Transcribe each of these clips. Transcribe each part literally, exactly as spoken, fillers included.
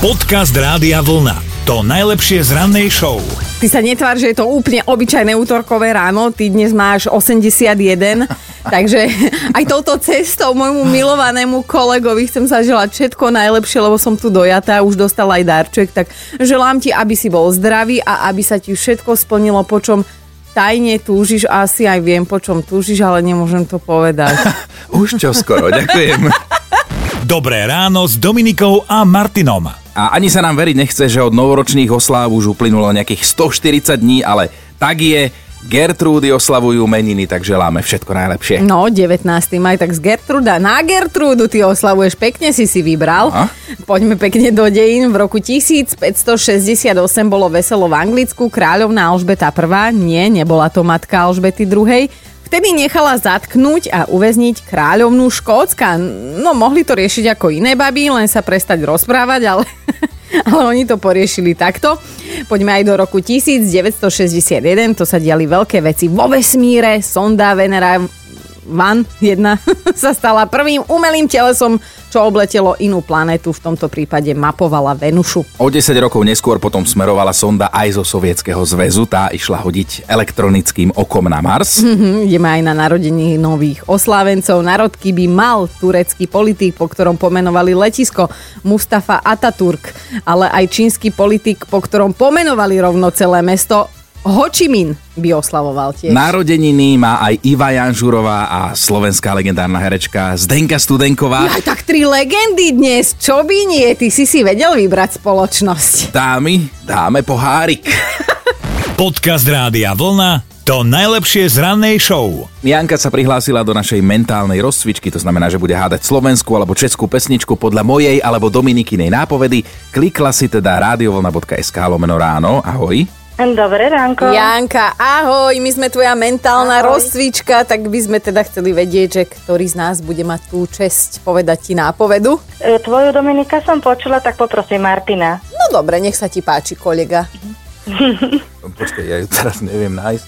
Podcast Rádia Vlna. To najlepšie z rannej show. Ty sa netvár, že je to úplne obyčajné útorkové ráno. Ty dnes máš osemdesiatjeden. Takže aj touto cestou môjmu milovanému kolegovi chcem sa želať všetko najlepšie, lebo som tu dojatá, už dostal aj darček. Tak želám ti, aby si bol zdravý a aby sa ti všetko splnilo, po čom tajne túžiš. Asi aj viem, po čom túžiš, ale nemôžem to povedať. Už čoskoro, ďakujem. Dobré ráno s Dominikou a Martinom. A ani sa nám veriť nechce, že od novoročných osláv už uplynulo nejakých stoštyridsať dní, ale tak je. Gertrúdy oslavujú meniny, tak želáme všetko najlepšie. No, devätnásty maj, tak z Gertruda na Gertrúdu ty oslavuješ, pekne si si vybral. A? Poďme pekne do dejín. V roku tisícpäťstošesťdesiatosem bolo veselo v Anglicku. Kráľovná Alžbeta prvá, nie, nebola to matka Alžbety druhej. Vtedy nechala zatknúť a uväzniť kráľovnú Škótska. No, mohli to riešiť ako iné baby, len sa prestať rozprávať, ale, ale oni to poriešili takto. Poďme aj do roku devätnásťstošesťdesiatjeden, to sa diali veľké veci vo vesmíre. Sonda Venera Van jedna sa stala prvým umelým telesom, čo obletelo inú planetu, v tomto prípade mapovala Venušu. O desať rokov neskôr potom smerovala sonda aj zo Sovietskeho zväzu, tá išla hodiť elektronickým okom na Mars. Mm-hmm, ideme aj na narodení nových oslávencov. Narodky by mal turecký politik, po ktorom pomenovali letisko, Mustafa Atatürk, ale aj čínsky politik, po ktorom pomenovali rovno celé mesto, Ho Chi Minh by oslavoval tiež. Narodeniny má aj Iva Janžurová a slovenská legendárna herečka Zdenka Studenková. Ja, tak tri legendy dnes, čo by nie? Ty si si vedel vybrať spoločnosť. Dámy, dáme pohárik. Podcast Rádia Vlna, to najlepšie z rannej show. Janka sa prihlásila do našej mentálnej rozcvičky, to znamená, že bude hádať slovenskú alebo českú pesničku podľa mojej alebo Dominikinej nápovedy. Klikla si teda radiovlna bodka es ká lomeno ráno. Ahoj. Dobré ránko. Janka, ahoj, my sme tvoja mentálna ahoj. rozcvička, tak by sme teda chceli vedieť, že ktorý z nás bude mať tú česť povedať ti nápovedu. E, tvoju Dominika som počula, tak poprosím Martina. No dobre, nech sa ti páči, kolega. Počkaj, ja ju teraz neviem nájsť.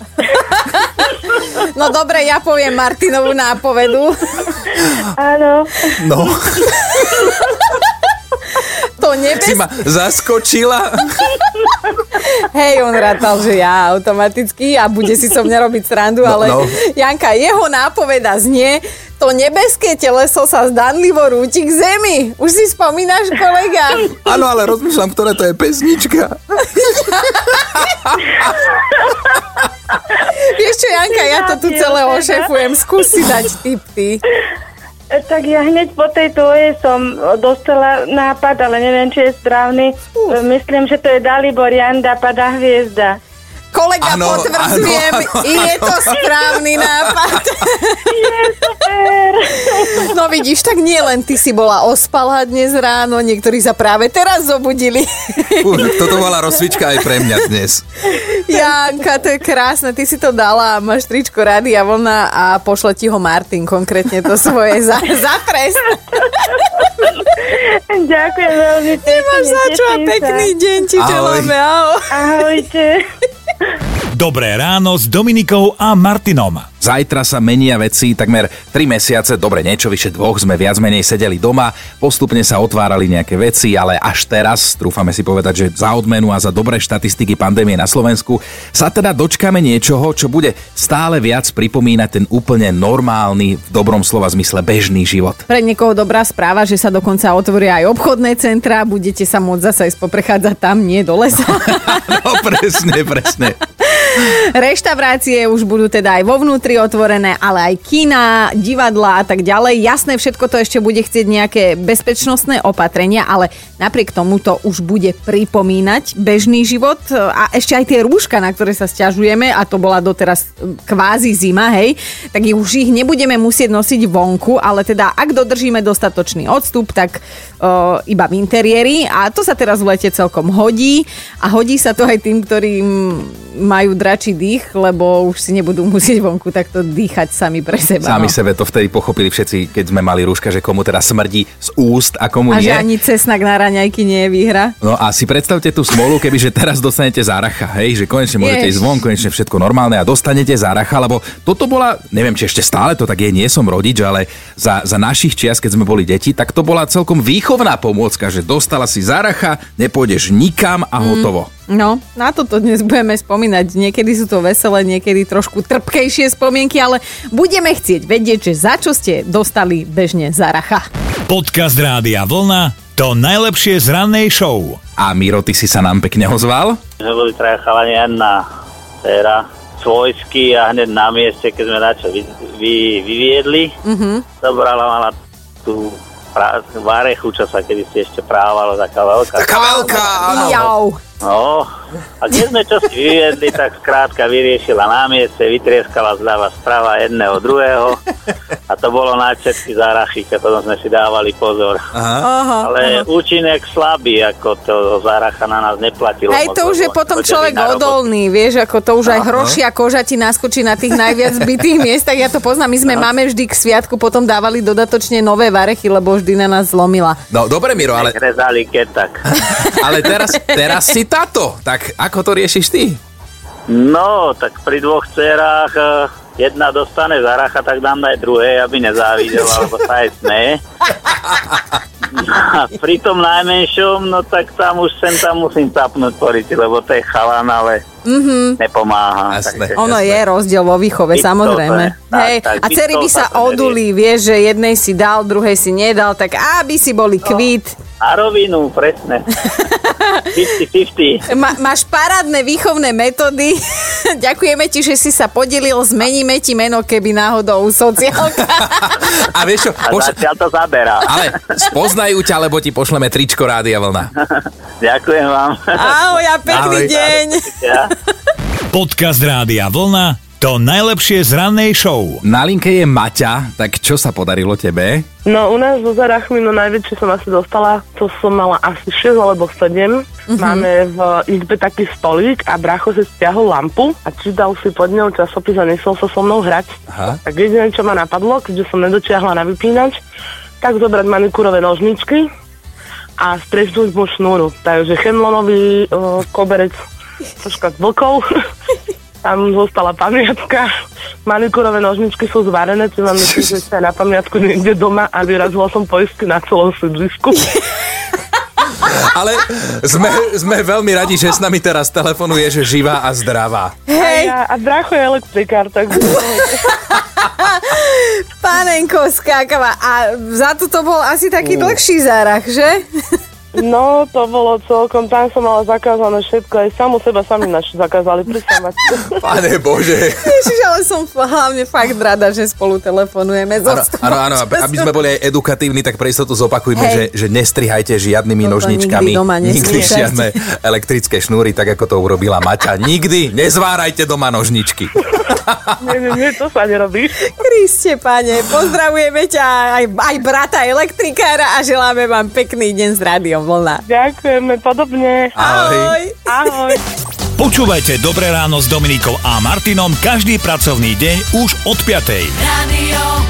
No dobre, ja poviem Martinovú nápovedu. Áno. No. To nebes... Si ma zaskočila. Hej, on rátal, že ja automaticky a bude si so mňa robiť srandu, no, ale no. Janka, jeho nápoveda znie: to nebeské teleso sa zdanlivo rúti k zemi. Už si spomínaš, kolega? Áno, ale rozmýšľam, ktorá to je pesnička. Vieš čo, Janka, ja to tu celé ošefujem. Skúsi dať tip, ty. Tak ja hneď po tej tvojej som dostala nápad, ale neviem, či je správny. Uh. Myslím, že to je Dalibor Janda, Padá hviezda. Kolega, ano, potvrdzujem, ano, ano, je to správny nápad. Je super. No vidíš, tak nie len ty si bola ospalá dnes ráno, niektorí sa práve teraz zobudili. Uh, toto bola rozcvička aj pre mňa dnes. Janka, to je krásne, ty si to dala, máš tričko Rádia Vlna a pošle ti ho Martin, konkrétne to svoje za, za trest. Ďakujem veľmi pekne. Ty máš za čo a pekný deň ti želáme. Ahoj. Ahojte. Dobré ráno s Dominikou a Martinom. Zajtra sa menia veci, takmer tri mesiace, dobre, niečo vyše dvoch, sme viac menej sedeli doma, postupne sa otvárali nejaké veci, ale až teraz, trúfame si povedať, že za odmenu a za dobré štatistiky pandémie na Slovensku sa teda dočkáme niečoho, čo bude stále viac pripomínať ten úplne normálny, v dobrom slova zmysle bežný život. Pre niekoho dobrá správa, že sa dokonca otvoria aj obchodné centrá, budete sa môcť zasa ísť poprechádzať tam, nie do lesa. No presne, presne. Reštaurácie už budú teda aj vo vnútri otvorené, ale aj kina, divadlá a tak ďalej. Jasné, všetko to ešte bude chcieť nejaké bezpečnostné opatrenia, ale napriek tomu to už bude pripomínať bežný život a ešte aj tie rúška, na ktoré sa sťažujeme, a to bola doteraz kvázi zima, hej, tak už ich nebudeme musieť nosiť vonku, ale teda ak dodržíme dostatočný odstup, tak uh, iba v interiéri, a to sa teraz v lete celkom hodí a hodí sa to aj tým, ktorým majú dračí dých, lebo už si nebudú musieť vonku takto dýchať sami pre seba. Sami no. sebe to vtedy pochopili všetci, keď sme mali rúška, že komu teda smrdí z úst a komu a nie. A že ani cesnak na raňajky nie je výhra. No a si predstavte tú smolu, kebyže teraz dostanete záracha, hej, že konečne môžete ísť von, konečne všetko normálne a dostanete záracha, lebo toto bola, neviem, či ešte stále to tak je, nie som rodič, ale za, za našich čias, keď sme boli deti, tak to bola celkom výchovná pomôcka, že dostala si záracha, nepôjdeš nikam a hotovo. Mm. No, na toto dnes budeme spomínať. Niekedy sú to veselé, niekedy trošku trpkejšie spomienky, ale budeme chcieť vedieť, že za čo ste dostali bežne záracha. Podcast Rádia Vlna, to najlepšie z rannej show. A Miro, ty si sa nám pekne ozval? Sme boli traja chalani, jedna dcera, svojsky a hneď na mieste, keď sme načo vy, vy, vyviedli, mm-hmm. zobrala mala tú pra, varechu, čo sa kedysi ešte právalo, taká veľká. Taká veľká, áno. Jau. No, a keď sme čo si vyviedli, tak skrátka vyriešila na mieste, vytrieskala zľava sprava jedného druhého a to bolo na všetky zárachy, keď potom sme si dávali pozor. Aha. Aha, Ale aha. účinek slabý, ako to záracha na nás neplatilo. Hej, to už je potom človek odolný, vieš, ako to už aj hrošia koža ti naskočí na tých najviac zbytých miestach. Ja to poznám, my sme máme vždy k sviatku potom dávali dodatočne nové varechy, lebo vždy na nás zlomila. No, dobre, Miro, ale... Rezali keď tak. Ale teraz, teraz si táto, tak ako to riešiš ty? No, tak pri dvoch dcerách jedna dostane záracha, tak dám aj druhej, aby nezávidela, alebo sa aj smeje. A pri tom najmenšom, no tak tam už sem tam musím tapnúť polici, lebo to je chalan, ale mm-hmm. nepomáha. Jasné. Takže... Ono je rozdiel vo výchove, Byť samozrejme. to, tak, Hej, tak, a dcery by sa to oduli, vieš, že jednej si dal, druhej si nedal, tak aby si boli kvít. A rovinu, presne. päťdesiat päťdesiat. Ma, máš parádne výchovné metódy. Ďakujeme ti, že si sa podelil. Zmeníme ti meno, keby náhodou sociálka. A vieš čo? A Poš... zatiaľ to zaberá. Ale spoznajú ťa, lebo ti pošleme tričko Rádia Vlna. Ďakujem vám. Ahoj a pekný Ahoj. deň. Podcast Rádia Vlna, to najlepšie z rannej show. Na linke je Maťa, tak čo sa podarilo tebe? No u nás so zarachmi, no najväčšie som asi dostala, to som mala asi šesť alebo sedem. Mm-hmm. Máme v izbe taký stolík a brácho si stiahol lampu a čítal si pod ňou časopis a nechcel sa so mnou hrať. Aha. Tak jediné, čo ma napadlo, keďže som nedočiahla na vypínač, tak zobrať manikúrové nožničky a strešnúť mu šnúru. Takže chemlonový uh, koberec troška s vlkou. Tam zostala pamiatka. Manikúrové nožničky sú zvarené, či mám myslím, že sa na pamiatku niekde doma a vyrazila som poistky na celom sídlisku. Ale sme, sme veľmi radi, že s nami teraz telefonuje, že živá a zdravá. Hej, A, a brácho je elektrikár, tak... pánenko skákava. A za to to bol asi taký Uh. dlhší zárach, že? No, to bolo celkom, tam som mala zakázané všetko, aj samu seba sami naši zakázali prisávať. Pane Bože. Ježiš, ale som hlavne fakt rada, že spolu telefonujeme. Áno, áno, áno, aby sme boli aj edukatívni, tak pre istotu zopakujme, že, že nestrihajte žiadnymi Toto nožničkami, nikdy doma nikdy nesmiete. žiadne elektrické šnúry, tak ako to urobila Maťa. Nikdy nezvárajte doma nožničky. nie, nie, nie, to sa nerobí. Kriste, pane, pozdravujeme ťa aj, aj brata elektrikára a želáme vám pekný deň s Rádiom Vlna. Ďakujeme, podobne. Ahoj. Ahoj. Počúvajte Dobré ráno s Dominikou a Martinom každý pracovný deň už od piatej. Radio